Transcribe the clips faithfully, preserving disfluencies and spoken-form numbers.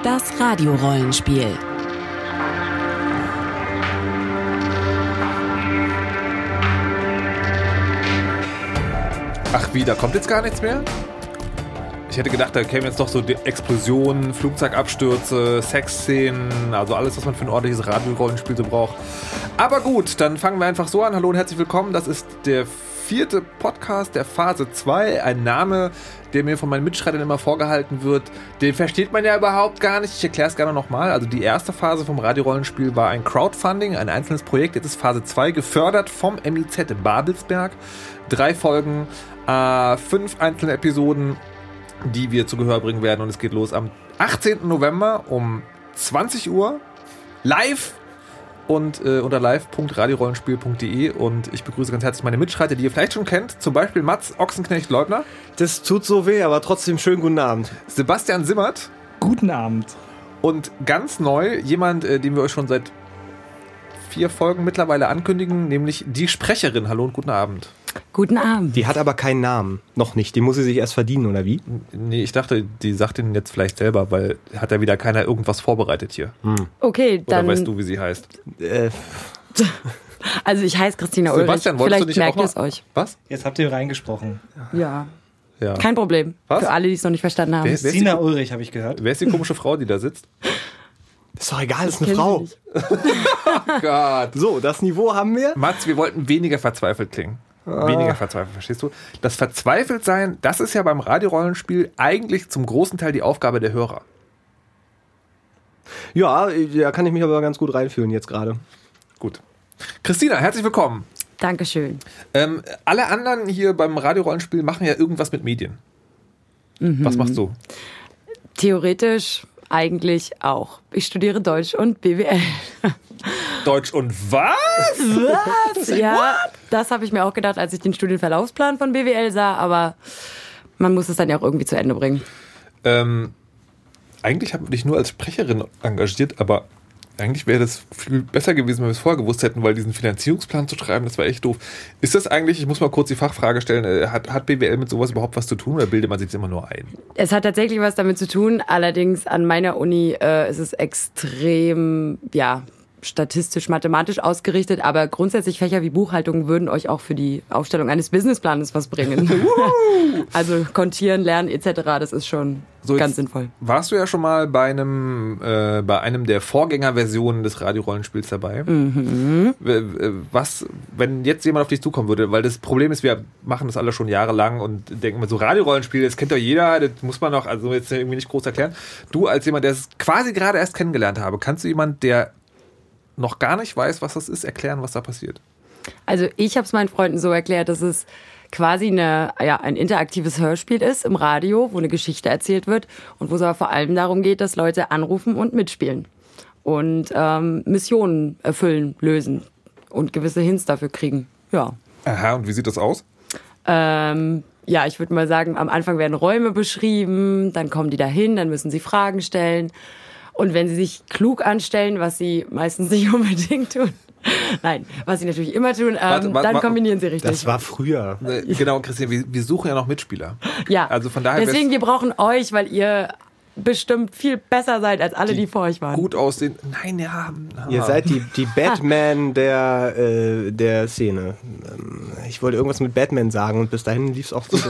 Das Radiorollenspiel. Ach wie, da kommt jetzt gar nichts mehr? Ich hätte gedacht, da kämen jetzt doch so die Explosionen, Flugzeugabstürze, Sexszenen, also alles, was man für ein ordentliches Radiorollenspiel so braucht. Aber gut, dann fangen wir einfach so an. Hallo und herzlich willkommen. Das ist der vierte Podcast der Phase zwei. Ein Name, der mir von meinen Mitstreitern immer vorgehalten wird. Den versteht man ja überhaupt gar nicht. Ich erkläre es gerne nochmal. Also die erste Phase vom Radiorollenspiel war ein Crowdfunding, ein einzelnes Projekt. Jetzt ist Phase zwei, gefördert vom M I Z in Babelsberg. Drei Folgen, äh, fünf einzelne Episoden, die wir zu Gehör bringen werden. Und es geht los am achtzehnten November um zwanzig Uhr live und äh, unter live punkt radiorollenspiel punkt de. Und ich begrüße ganz herzlich meine Mitstreiter, die ihr vielleicht schon kennt. Zum Beispiel Mats Ochsenknecht-Leubner. Das tut so weh, aber trotzdem schönen guten Abend. Sebastian Simmert. Guten Abend. Und ganz neu, jemand, äh, den wir euch schon seit vier Folgen mittlerweile ankündigen, nämlich die Sprecherin. Hallo und guten Abend. Guten Abend. Die hat aber keinen Namen. Noch nicht. Die muss sie sich erst verdienen, oder wie? Nee, ich dachte, die sagt den jetzt vielleicht selber, weil hat ja wieder keiner irgendwas vorbereitet hier. Hm. Okay, dann... Oder weißt du, wie sie heißt? Äh. Also ich heiße Christina Ulrich. Sebastian, wolltest vielleicht du nicht merkt auch ihr es noch? euch. Was? Jetzt habt ihr reingesprochen. Ja. Ja. Kein Problem. Was? Für alle, die es noch nicht verstanden haben. Wer- wer- Christina Ulrich habe ich gehört. Wer ist die komische Frau, die da sitzt? Ist doch egal, ist eine Kennen Frau. Sie nicht. Oh Gott. So, das Niveau haben wir. Mats, wir wollten weniger verzweifelt klingen. Weniger verzweifelt, verstehst du? Das Verzweifeltsein, das ist ja beim Radiorollenspiel eigentlich zum großen Teil die Aufgabe der Hörer. Ja, da kann ich mich aber ganz gut reinfühlen jetzt gerade. Gut. Christina, herzlich willkommen. Dankeschön. Ähm, alle anderen hier beim Radiorollenspiel machen ja irgendwas mit Medien. Mhm. Was machst du? Theoretisch eigentlich auch. Ich studiere Deutsch und B W L. Deutsch und was? Was? Ja, das habe ich mir auch gedacht, als ich den Studienverlaufsplan von B W L sah, aber man muss es dann ja auch irgendwie zu Ende bringen. Ähm, eigentlich haben wir dich nur als Sprecherin engagiert, aber eigentlich wäre das viel besser gewesen, wenn wir es vorher gewusst hätten, weil diesen Finanzierungsplan zu schreiben, das war echt doof. Ist das eigentlich, ich muss mal kurz die Fachfrage stellen, hat, hat B W L mit sowas überhaupt was zu tun oder bildet man sich das immer nur ein? Es hat tatsächlich was damit zu tun, allerdings an meiner Uni äh, ist es extrem, ja, statistisch-mathematisch ausgerichtet, aber grundsätzlich Fächer wie Buchhaltung würden euch auch für die Aufstellung eines Businessplanes was bringen. Also kontieren, lernen et cetera, das ist schon So, ganz jetzt sinnvoll. Warst du ja schon mal bei einem, äh, bei einem der Vorgängerversionen des Radiorollenspiels dabei? Mhm. Was, wenn jetzt jemand auf dich zukommen würde, weil das Problem ist, wir machen das alle schon jahrelang und denken mal so, Radiorollenspiel, das kennt doch jeder, das muss man doch, also jetzt irgendwie nicht groß erklären. Du als jemand, der es quasi gerade erst kennengelernt habe, kannst du jemand, der noch gar nicht weiß, was das ist, erklären, was da passiert? Also ich habe es meinen Freunden so erklärt, dass es quasi eine, ja, ein interaktives Hörspiel ist im Radio, wo eine Geschichte erzählt wird und wo es aber vor allem darum geht, dass Leute anrufen und mitspielen und ähm, Missionen erfüllen, lösen und gewisse Hints dafür kriegen. Ja. Aha, und wie sieht das aus? Ähm, ja, ich würde mal sagen, am Anfang werden Räume beschrieben, dann kommen die dahin, dann müssen sie Fragen stellen. Und wenn sie sich klug anstellen, was sie meistens nicht unbedingt tun, nein, was sie natürlich immer tun, ähm, warte, warte, dann warte. kombinieren sie richtig. Das war früher. Äh, genau, Christian, wir, wir suchen ja noch Mitspieler. Ja, Also von daher deswegen, wär's- wir brauchen euch, weil ihr bestimmt viel besser seid als alle, die, die vor euch waren. Gut aussehen. Nein, ja. ja. Ihr seid die, die Batman der, äh, der Szene. Ähm, ich wollte irgendwas mit Batman sagen und bis dahin lief es auch so.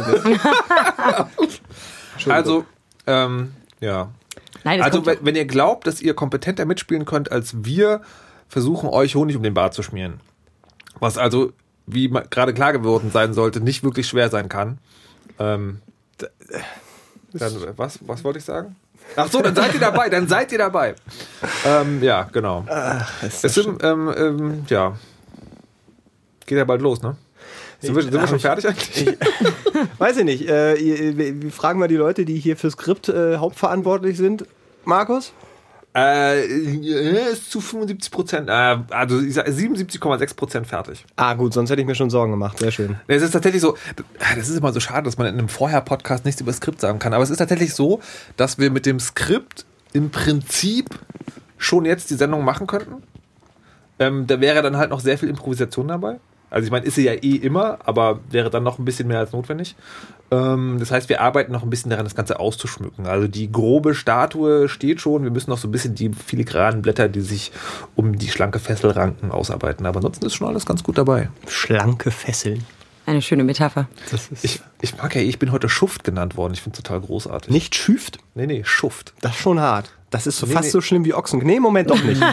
Also, ähm, ja. Nein, das Also, kommt wenn, doch. wenn ihr glaubt, dass ihr kompetenter mitspielen könnt, als wir versuchen, euch Honig um den Bart zu schmieren. Was also, wie ma- gerade klar geworden sein sollte, nicht wirklich schwer sein kann. Ähm, d- dann, was, was wollte ich sagen? Ach so, dann seid ihr dabei, dann seid ihr dabei. Ähm, ja, genau. Ach, ist Es das sind, ähm, ähm, ja, geht ja bald los, ne? Sind wir, sind wir schon fertig eigentlich? Weiß ich nicht. Äh, ihr- wir wir fragen mal die Leute, die hier für Skript äh, hauptverantwortlich sind. Markus? Äh, ist zu fünfundsiebzig Prozent, äh, also ich sag siebenundsiebzig Komma sechs Prozent fertig. Ah gut, sonst hätte ich mir schon Sorgen gemacht. Sehr schön. Es ist tatsächlich so, das ist immer so schade, dass man in einem Vorher-Podcast nichts über Skript sagen kann, aber es ist tatsächlich so, dass wir mit dem Skript im Prinzip schon jetzt die Sendung machen könnten. Ähm, da wäre dann halt noch sehr viel Improvisation dabei. Also ich meine, ist sie ja eh immer, aber wäre dann noch ein bisschen mehr als notwendig. Ähm, das heißt, wir arbeiten noch ein bisschen daran, das Ganze auszuschmücken. Also die grobe Statue steht schon. Wir müssen noch so ein bisschen die filigranen Blätter, die sich um die schlanke Fessel ranken, ausarbeiten. Aber ansonsten ist schon alles ganz gut dabei. Schlanke Fesseln. Eine schöne Metapher. Das ist Ich, ich mag ja, ich bin heute Schuft genannt worden. Ich finde es total großartig. nicht schüft. Nee, nee, Schuft. Das ist schon hart. Das ist so Nee, fast nee. so schlimm wie Ochsen. Nee, Moment doch nicht.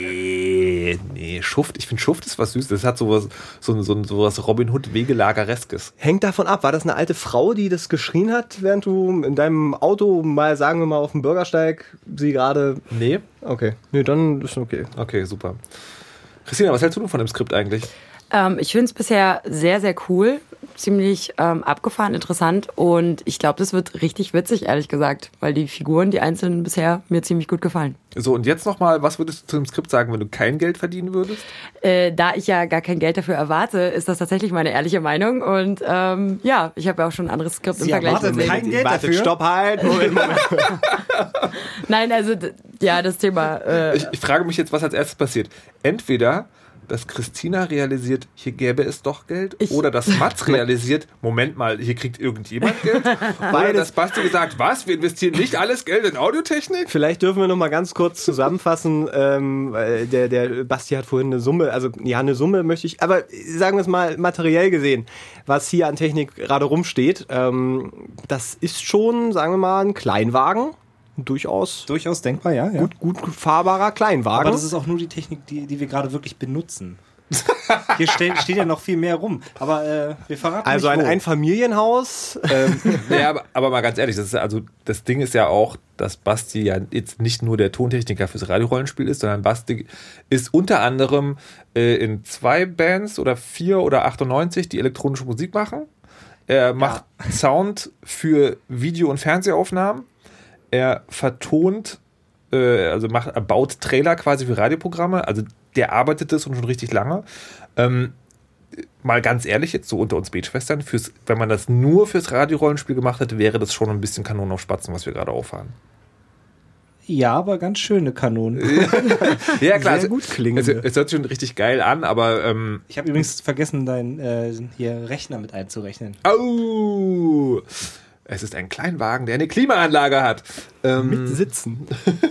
Nee, nee, Schuft. Ich finde, Schuft ist was Süßes. Das hat sowas, so, so, so was Robin Hood Wegelagereskes. Hängt davon ab. War das eine alte Frau, die das geschrien hat, während du in deinem Auto mal, sagen wir mal, auf dem Bürgersteig sie gerade... Nee? Okay. Nee, dann ist okay. Okay, super. Christina, was hältst du von dem Skript eigentlich? Ähm, ich finde es bisher sehr, sehr cool. Ziemlich ähm, abgefahren, interessant. Und ich glaube, das wird richtig witzig, ehrlich gesagt. Weil die Figuren, die einzelnen, bisher mir ziemlich gut gefallen. So, und jetzt nochmal, was würdest du zu dem Skript sagen, wenn du kein Geld verdienen würdest? Äh, da ich ja gar kein Geld dafür erwarte, ist das tatsächlich meine ehrliche Meinung. Und ähm, ja, ich habe ja auch schon ein anderes Skript im Sie Vergleich erwartet gesehen. kein Geld Warte, dafür? stopp, halt. Moment, Moment. Nein, also d- ja, das Thema. Äh, Ich, ich frage mich jetzt, was als erstes passiert. Entweder, dass Christina realisiert, hier gäbe es doch Geld, Ich- oder dass Mats realisiert, Moment mal, hier kriegt irgendjemand Geld. Oder Beides. dass Basti gesagt, was, wir investieren nicht alles Geld in Audiotechnik? Vielleicht dürfen wir noch mal ganz kurz zusammenfassen. Ähm, weil der, der Basti hat vorhin eine Summe, also ja, eine Summe möchte ich, aber sagen wir es mal materiell gesehen, was hier an Technik gerade rumsteht, ähm, das ist schon, sagen wir mal, ein Kleinwagen. Durchaus Durchaus denkbar, ja. ja. gut, gut fahrbarer Kleinwagen. Aber das ist auch nur die Technik, die, die wir gerade wirklich benutzen. Hier steht, steht ja noch viel mehr rum. Aber äh, wir verraten also nicht ein wo. Einfamilienhaus. Ähm, Ja, aber, aber mal ganz ehrlich, das, ist, also, das Ding ist ja auch, dass Basti ja jetzt nicht nur der Tontechniker fürs Radiorollenspiel ist, sondern Basti ist unter anderem äh, in zwei Bands oder vier oder achtundneunzig, die elektronische Musik machen. Er macht Sound für Video- und Fernsehaufnahmen. Er vertont, äh, also macht, er baut Trailer quasi für Radioprogramme. Also der arbeitet das und schon richtig lange. Ähm, mal ganz ehrlich, jetzt so unter uns Betschwestern, fürs, wenn man das nur fürs Radiorollenspiel gemacht hätte, wäre das schon ein bisschen Kanonen auf Spatzen, was wir gerade auffahren. Ja, aber ganz schöne Kanonen. Ja, klar. Sehr es- gut klingende. Es, es hört sich schon richtig geil an, aber ähm, Ich habe übrigens vergessen, deinen äh, hier Rechner mit einzurechnen. au, es ist ein Kleinwagen, der eine Klimaanlage hat. Ähm, mit Sitzen.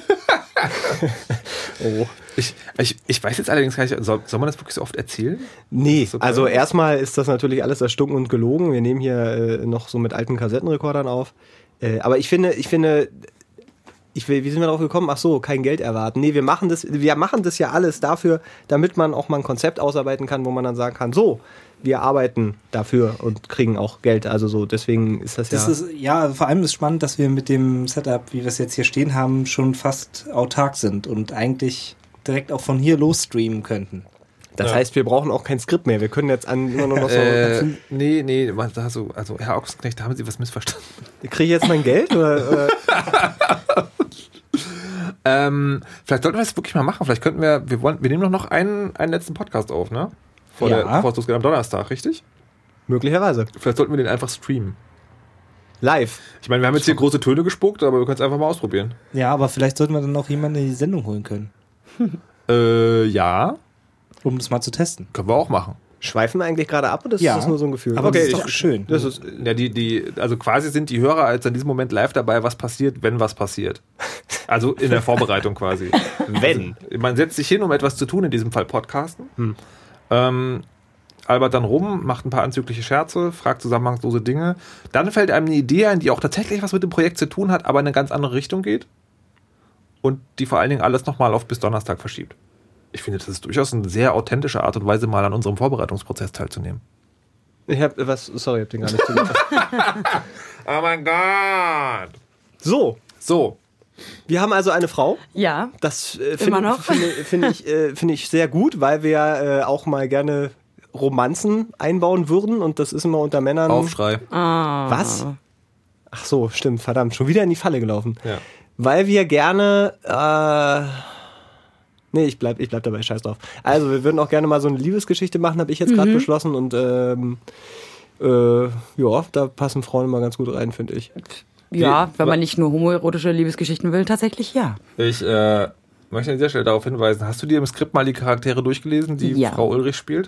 oh. ich, ich, ich weiß jetzt allerdings gar nicht, soll, soll man das wirklich so oft erzählen? Nee, Ist das okay? also erstmal ist das natürlich alles erstunken und gelogen. Wir nehmen hier äh, noch so mit alten Kassettenrekordern auf. Äh, aber ich finde, ich finde, ich will, wie sind wir darauf gekommen? Ach so, kein Geld erwarten. Nee, wir machen das, wir machen das ja alles dafür, damit man auch mal ein Konzept ausarbeiten kann, wo man dann sagen kann, so, wir arbeiten dafür und kriegen auch Geld. Also so, deswegen ist das, Das ja. ist, ja, vor allem ist spannend, dass wir mit dem Setup, wie wir es jetzt hier stehen haben, schon fast autark sind und eigentlich direkt auch von hier los streamen könnten. Das Ja. heißt, wir brauchen auch kein Skript mehr. Wir können jetzt an immer nur noch so. Äh, nee, nee, man- da so, also Herr Ochsenknecht, da haben Sie was missverstanden. Kriege ich jetzt mein Geld? Oder, oder? Ähm, vielleicht sollten wir das wirklich mal machen. Vielleicht könnten wir, wir wollen, wir nehmen doch noch einen, einen letzten Podcast auf, ne? Vor Ja. der, bevor es losgeht am Donnerstag, richtig? Möglicherweise. Vielleicht sollten wir den einfach streamen. Live. Ich meine, wir haben jetzt hier große Töne gespuckt, aber wir können es einfach mal ausprobieren. Ja, aber vielleicht sollten wir dann auch jemanden in die Sendung holen können, Äh, ja, um das mal zu testen. können wir auch machen. Schweifen wir eigentlich gerade ab oder ist Ja. das nur so ein Gefühl? Aber okay, das ist ich- doch schön. Das ist, Ja, die, die, also quasi sind die Hörer als in diesem Moment live dabei, was passiert, wenn was passiert. Also in der Vorbereitung quasi. wenn. Also, man setzt sich hin, um etwas zu tun, in diesem Fall Podcasten. Hm. Ähm, albert dann rum, macht ein paar anzügliche Scherze, fragt zusammenhangslose Dinge. Dann fällt einem eine Idee ein, die auch tatsächlich was mit dem Projekt zu tun hat, aber in eine ganz andere Richtung geht. Und die vor allen Dingen alles nochmal auf bis Donnerstag verschiebt. Ich finde, das ist durchaus eine sehr authentische Art und Weise, mal an unserem Vorbereitungsprozess teilzunehmen. Ich hab was, sorry, ich hab den gar nicht zugehört. Oh mein Gott! So, So, wir haben also eine Frau. ja, Das äh, Immer finde noch? finde, finde ich, äh, finde ich sehr gut, weil wir äh, auch mal gerne Romanzen einbauen würden und das ist immer unter Männern. Aufschrei. Was? Ach so, stimmt, verdammt, schon wieder in die Falle gelaufen. Ja. Weil wir gerne. Äh, nee, ich bleib, ich bleib dabei, scheiß drauf. Also, wir würden auch gerne mal so eine Liebesgeschichte machen, habe ich jetzt gerade beschlossen und ähm, äh, ja, da passen Frauen immer ganz gut rein, finde ich. Ja, Wie- wenn man nicht nur homoerotische Liebesgeschichten will, tatsächlich ja. Ich äh, möchte an dieser Stelle darauf hinweisen, hast du dir im Skript mal die Charaktere durchgelesen, die Ja. Frau Ulrich spielt?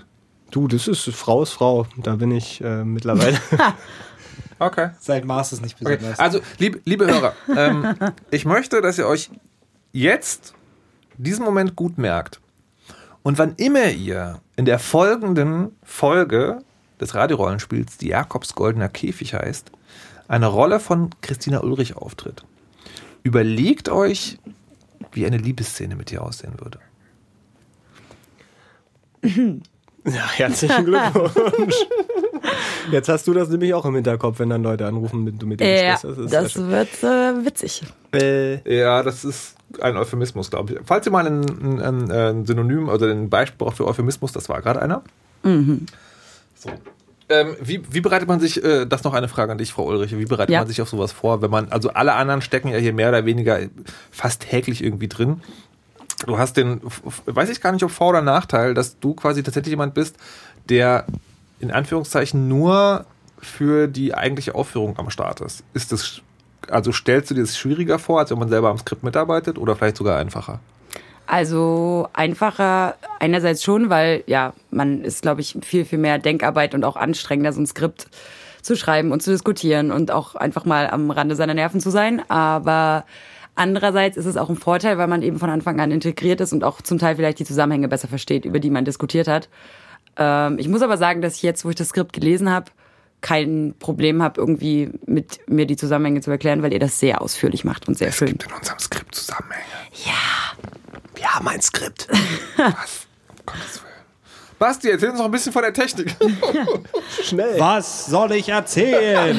Du, das ist Frau ist Frau. Da bin ich äh, mittlerweile. Okay. Sein Maß ist nicht okay. besonders. Also, lieb, liebe Hörer, ähm, ich möchte, dass ihr euch jetzt diesen Moment gut merkt. Und wann immer ihr in der folgenden Folge des Radiorollenspiels, die Jakobs Goldener Käfig heißt, eine Rolle von Christina Ulrich auftritt, überlegt euch, wie eine Liebesszene mit dir aussehen würde. Ja, herzlichen Glückwunsch. Jetzt hast du das nämlich auch im Hinterkopf, wenn dann Leute anrufen, mit du mit denen Ja, sprichst. das, das wird äh, witzig. Äh, Ja, das ist ein Euphemismus, glaube ich. Falls ihr mal ein, ein, ein Synonym oder ein Beispiel braucht für Euphemismus, das war gerade einer. Mhm. So. Ähm, wie, wie bereitet man sich, äh, das noch eine Frage an dich, Frau Ulrich, wie bereitet Ja. man sich auf sowas vor, wenn man, also alle anderen stecken ja hier mehr oder weniger fast täglich irgendwie drin. Du hast den, weiß ich gar nicht, ob Vor- oder Nachteil, dass du quasi tatsächlich jemand bist, der in Anführungszeichen nur für die eigentliche Aufführung am Start ist. Ist das, also stellst du dir das schwieriger vor, als wenn man selber am Skript mitarbeitet oder vielleicht sogar einfacher? Also einfacher einerseits schon, weil ja, man ist, glaube ich, viel, viel mehr Denkarbeit und auch anstrengender, so ein Skript zu schreiben und zu diskutieren und auch einfach mal am Rande seiner Nerven zu sein. Aber andererseits ist es auch ein Vorteil, weil man eben von Anfang an integriert ist und auch zum Teil vielleicht die Zusammenhänge besser versteht, über die man diskutiert hat. Ähm, ich muss aber sagen, dass ich jetzt, wo ich das Skript gelesen habe, kein Problem habe, irgendwie mit mir die Zusammenhänge zu erklären, weil ihr das sehr ausführlich macht und sehr Es schön. gibt in unserem Skript Zusammenhänge. wir haben ein Skript. Was? Um Gottes Willen. Basti, erzähl uns noch ein bisschen von der Technik. Schnell. Was soll ich erzählen?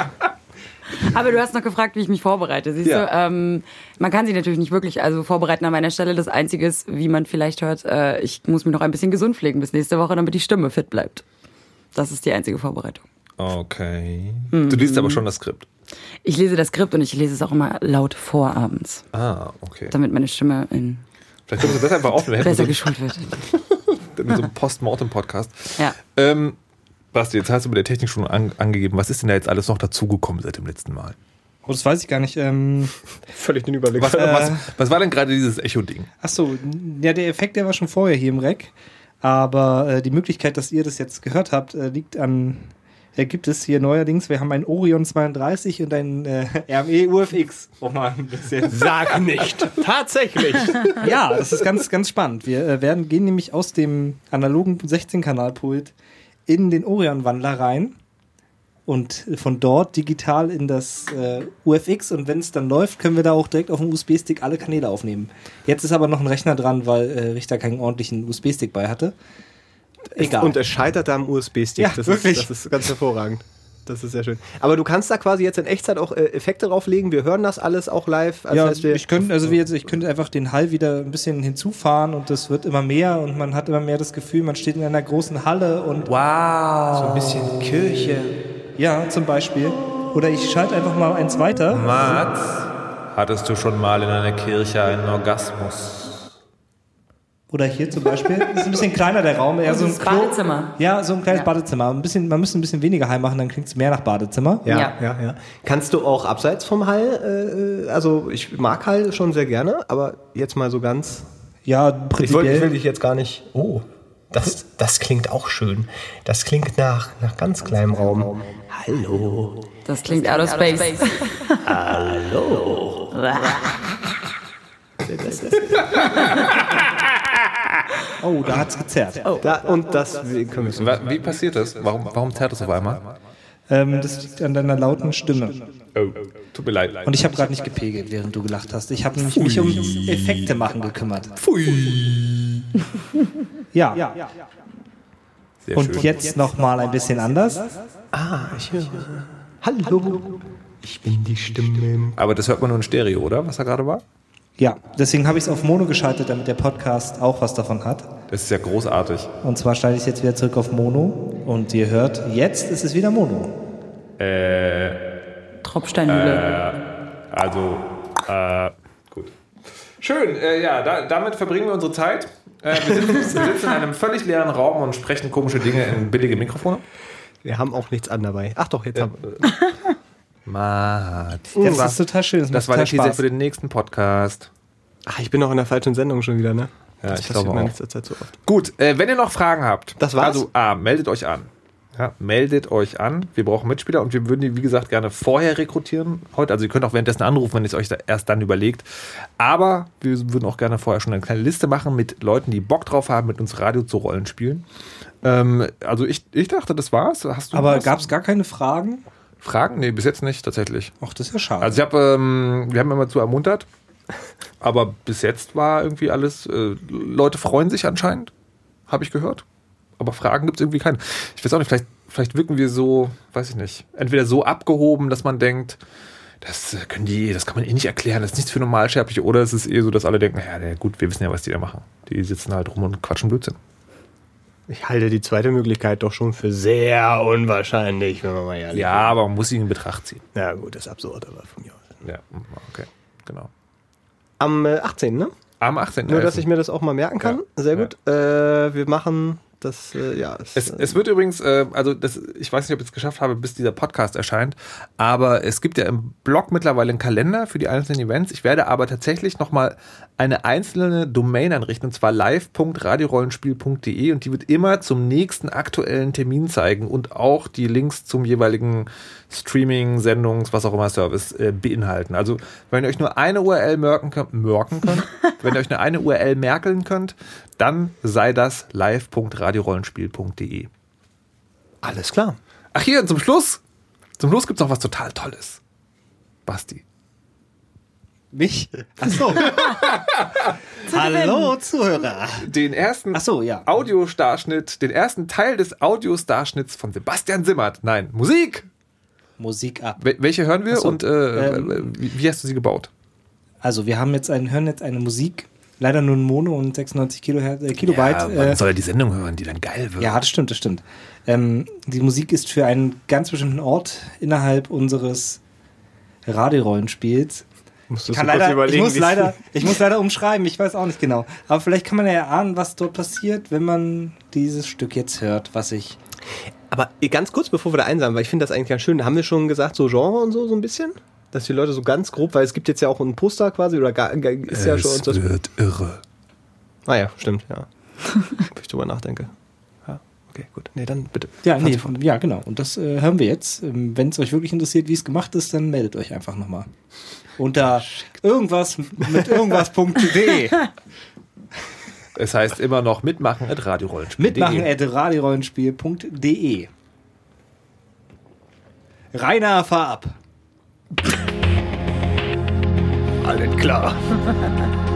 Aber du hast noch gefragt, wie ich mich vorbereite. Siehst Ja. du, ähm, man kann sich natürlich nicht wirklich also vorbereiten an meiner Stelle. Das Einzige ist, wie man vielleicht hört, äh, ich muss mich noch ein bisschen gesund pflegen bis nächste Woche, damit die Stimme fit bleibt. Das ist die einzige Vorbereitung. Okay. Du liest aber schon das Skript. Ich lese das Skript und ich lese es auch immer laut vorabends, Ah, okay. damit meine Stimme in Vielleicht können wir das einfach aufnehmen. besser Wir geschult wird. hätten so einen Post-Mortem-Podcast. Ja. Ähm, Basti, jetzt hast du mit der Technik schon an, angegeben. Was ist denn da jetzt alles noch dazugekommen seit dem letzten Mal? Oh, das weiß ich gar nicht. Ähm, Völlig den Überblick. Was, Äh. was, was war denn gerade dieses Echo-Ding? Achso, ja, der Effekt, der war schon vorher hier im Rack. Aber äh, die Möglichkeit, dass ihr das jetzt gehört habt, äh, liegt an, äh, gibt es hier neuerdings. Wir haben einen Orion zweiunddreißig und einen äh, R M E U F X. Oh mal ein bisschen. Sag nicht. Tatsächlich. Ja, das ist ganz, ganz spannend. Wir äh, werden, gehen nämlich aus dem analogen sechzehn-Kanal-Pult in den Orion-Wandler rein und von dort digital in das äh, U F X, und wenn es dann läuft, können wir da auch direkt auf dem U S B-Stick alle Kanäle aufnehmen. Jetzt ist aber noch ein Rechner dran, weil äh, Richter keinen ordentlichen U S B-Stick bei hatte. Egal. Und es scheitert am U S B-Stick. Ja, das wirklich. Ist, das ist ganz hervorragend. Das ist sehr schön. Aber du kannst da quasi jetzt in Echtzeit auch äh, Effekte drauflegen. Wir hören das alles auch live. Das ja, heißt, wir ich könnte also wie jetzt, ich könnte einfach den Hall wieder ein bisschen hinzufahren und das wird immer mehr und man hat immer mehr das Gefühl, man steht in einer großen Halle und Wow. so ein bisschen Kirche. ja, zum Beispiel. Oder ich schalte einfach mal eins weiter. Mats, hattest du schon mal in einer Kirche einen Orgasmus? Oder hier zum Beispiel. Das ist ein bisschen kleiner der Raum, eher so ein das Klo. Badezimmer. Ja, so ein kleines Ja. Badezimmer. Ein bisschen, man müsste ein bisschen weniger Hall machen, dann klingt es mehr nach Badezimmer. Ja, Ja. ja, ja. Kannst du auch abseits vom Hall, äh, also ich mag Hall schon sehr gerne, aber jetzt mal so ganz. Ja, Ich, wollt, ich prinzipiell. will dich jetzt gar nicht. Oh, das, das klingt auch schön. Das klingt nach, nach ganz kleinem Raum. Hallo. Das klingt out of space. Hallo. Oh, da hat's gezerrt. Da, und das wie, können wir Wa- Wie passiert das? Warum, warum zerrt es auf einmal? Ähm, das liegt an deiner lauten Stimme. Oh, tut mir leid. Und ich habe gerade nicht gepegelt, während du gelacht hast. Ich habe nämlich mich um Effekte machen gekümmert. Pfui. Ja. Sehr Und schön. jetzt noch mal ein bisschen anders. Ah, ich höre. Hallo. Ich bin die Stimme. Aber das hört man nur in Stereo, oder? Was da gerade war? Ja, deswegen habe ich es auf Mono geschaltet, damit der Podcast auch was davon hat. Das ist ja großartig. Und zwar schalte ich es jetzt wieder zurück auf Mono. Und ihr hört, jetzt ist es wieder Mono. Tropfsteinhöhle. Also, äh, gut. Schön, äh, ja, da, damit verbringen wir unsere Zeit. Äh, wir, sitzen, wir sitzen in einem völlig leeren Raum und sprechen komische Dinge in billige Mikrofone. Wir haben auch nichts an dabei. Ach doch, jetzt haben wir. Mats. Das ist total schön. Das, Das macht war der total Teaser Spaß. für den nächsten Podcast. Ach, ich bin noch in der falschen Sendung schon wieder, ne? Ja, das ich passiert glaube mir in auch. letzter Zeit so oft. Gut, äh, wenn ihr noch Fragen habt, Das war's? also A, meldet euch an. Ja, meldet euch an. Wir brauchen Mitspieler und wir würden die, wie gesagt, gerne vorher rekrutieren heute. Also ihr könnt auch währenddessen anrufen, wenn ihr es euch da erst dann überlegt. Aber wir würden auch gerne vorher schon eine kleine Liste machen mit Leuten, die Bock drauf haben, mit uns Radio zu Rollen spielen. Ähm, also ich, ich dachte, das war's. Hast du Aber was? gab es gar keine Fragen? Fragen? Nee, bis jetzt nicht, tatsächlich. Ach, das ist ja schade. Also ich habe, ähm, wir haben immer zu ermuntert, aber bis jetzt war irgendwie alles, äh, Leute freuen sich anscheinend, habe ich gehört. Aber Fragen gibt es irgendwie keine. Ich weiß auch nicht, vielleicht, vielleicht wirken wir so, weiß ich nicht, entweder so abgehoben, dass man denkt, das können die, das kann man eh nicht erklären, das ist nichts für Normalsterbliche, oder es ist eh so, dass alle denken, ja gut, wir wissen ja, was die da machen. Die sitzen halt rum und quatschen Blödsinn. Ich halte die zweite Möglichkeit doch schon für sehr unwahrscheinlich, wenn man mal ehrlich Ja, aber man muss sie in Betracht ziehen. Ja gut, das ist absurd, aber von mir aus. Ja, okay, genau. Am äh, achtzehnten, ne? Am achtzehnten Nur, dass ich mir das auch mal merken kann. Ja. Sehr gut. Äh, wir machen das, äh, ja. Es, es wird übrigens, äh, also das, ich weiß nicht, ob ich es geschafft habe, bis dieser Podcast erscheint, aber es gibt ja im Blog mittlerweile einen Kalender für die einzelnen Events. Ich werde aber tatsächlich nochmal eine einzelne Domain einrichten, und zwar live punkt radiorollenspiel punkt de, und die wird immer zum nächsten aktuellen Termin zeigen und auch die Links zum jeweiligen Streaming, Sendungs, was auch immer Service äh, beinhalten. Also wenn ihr euch nur eine U R L merken könnt, merken könnt wenn ihr euch nur eine U R L merkeln könnt, dann sei das live punkt radiorollenspiel punkt de. Alles klar. Ach hier, zum Schluss, zum Schluss gibt es noch was total Tolles. Basti. Mich? Achso. Hallo, Zuhörer. Den ersten Ach so, ja. Audiostarschnitt, den ersten Teil des Audiostarschnitts von Sebastian Simmert. Nein, Musik. Musik ab. Wel- welche hören wir Ach so, und äh, ähm, wie, wie hast du sie gebaut? Also wir haben jetzt einen, hören jetzt eine Musik, leider nur ein Mono und sechsundneunzig Kilohertz, äh, Kilobyte. Ja, äh, soll er die Sendung hören, die dann geil wird? Ja, das stimmt, das stimmt. Ähm, die Musik ist für einen ganz bestimmten Ort innerhalb unseres Radiorollenspiels. Musst du Ich, kann so kurz leider, ich, überlegen, muss wie- leider, ich muss leider umschreiben, ich weiß auch nicht genau. Aber vielleicht kann man ja erahnen, was dort passiert, wenn man dieses Stück jetzt hört, was ich... Aber ganz kurz, bevor wir da einsammeln, weil ich finde das eigentlich ganz schön. Haben wir schon gesagt, so Genre und so, so ein bisschen? Dass die Leute so ganz grob, weil es gibt jetzt ja auch ein Poster quasi, oder gar, gar- ist ja schon uns das. wird irre. Ah ja, stimmt, ja. Wenn ich drüber nachdenke. Ja, okay, gut. Nee, dann bitte. Ja, nee, von, ja, genau. Und das äh, hören wir jetzt. Ähm, wenn es euch wirklich interessiert, wie es gemacht ist, dann meldet euch einfach nochmal. Unter irgendwas mit irgendwas.de. Es heißt immer noch mitmachen at radiorollenspiel. Mitmachen at radiorollenspiel punkt de. Rainer, fahr ab. Alles klar.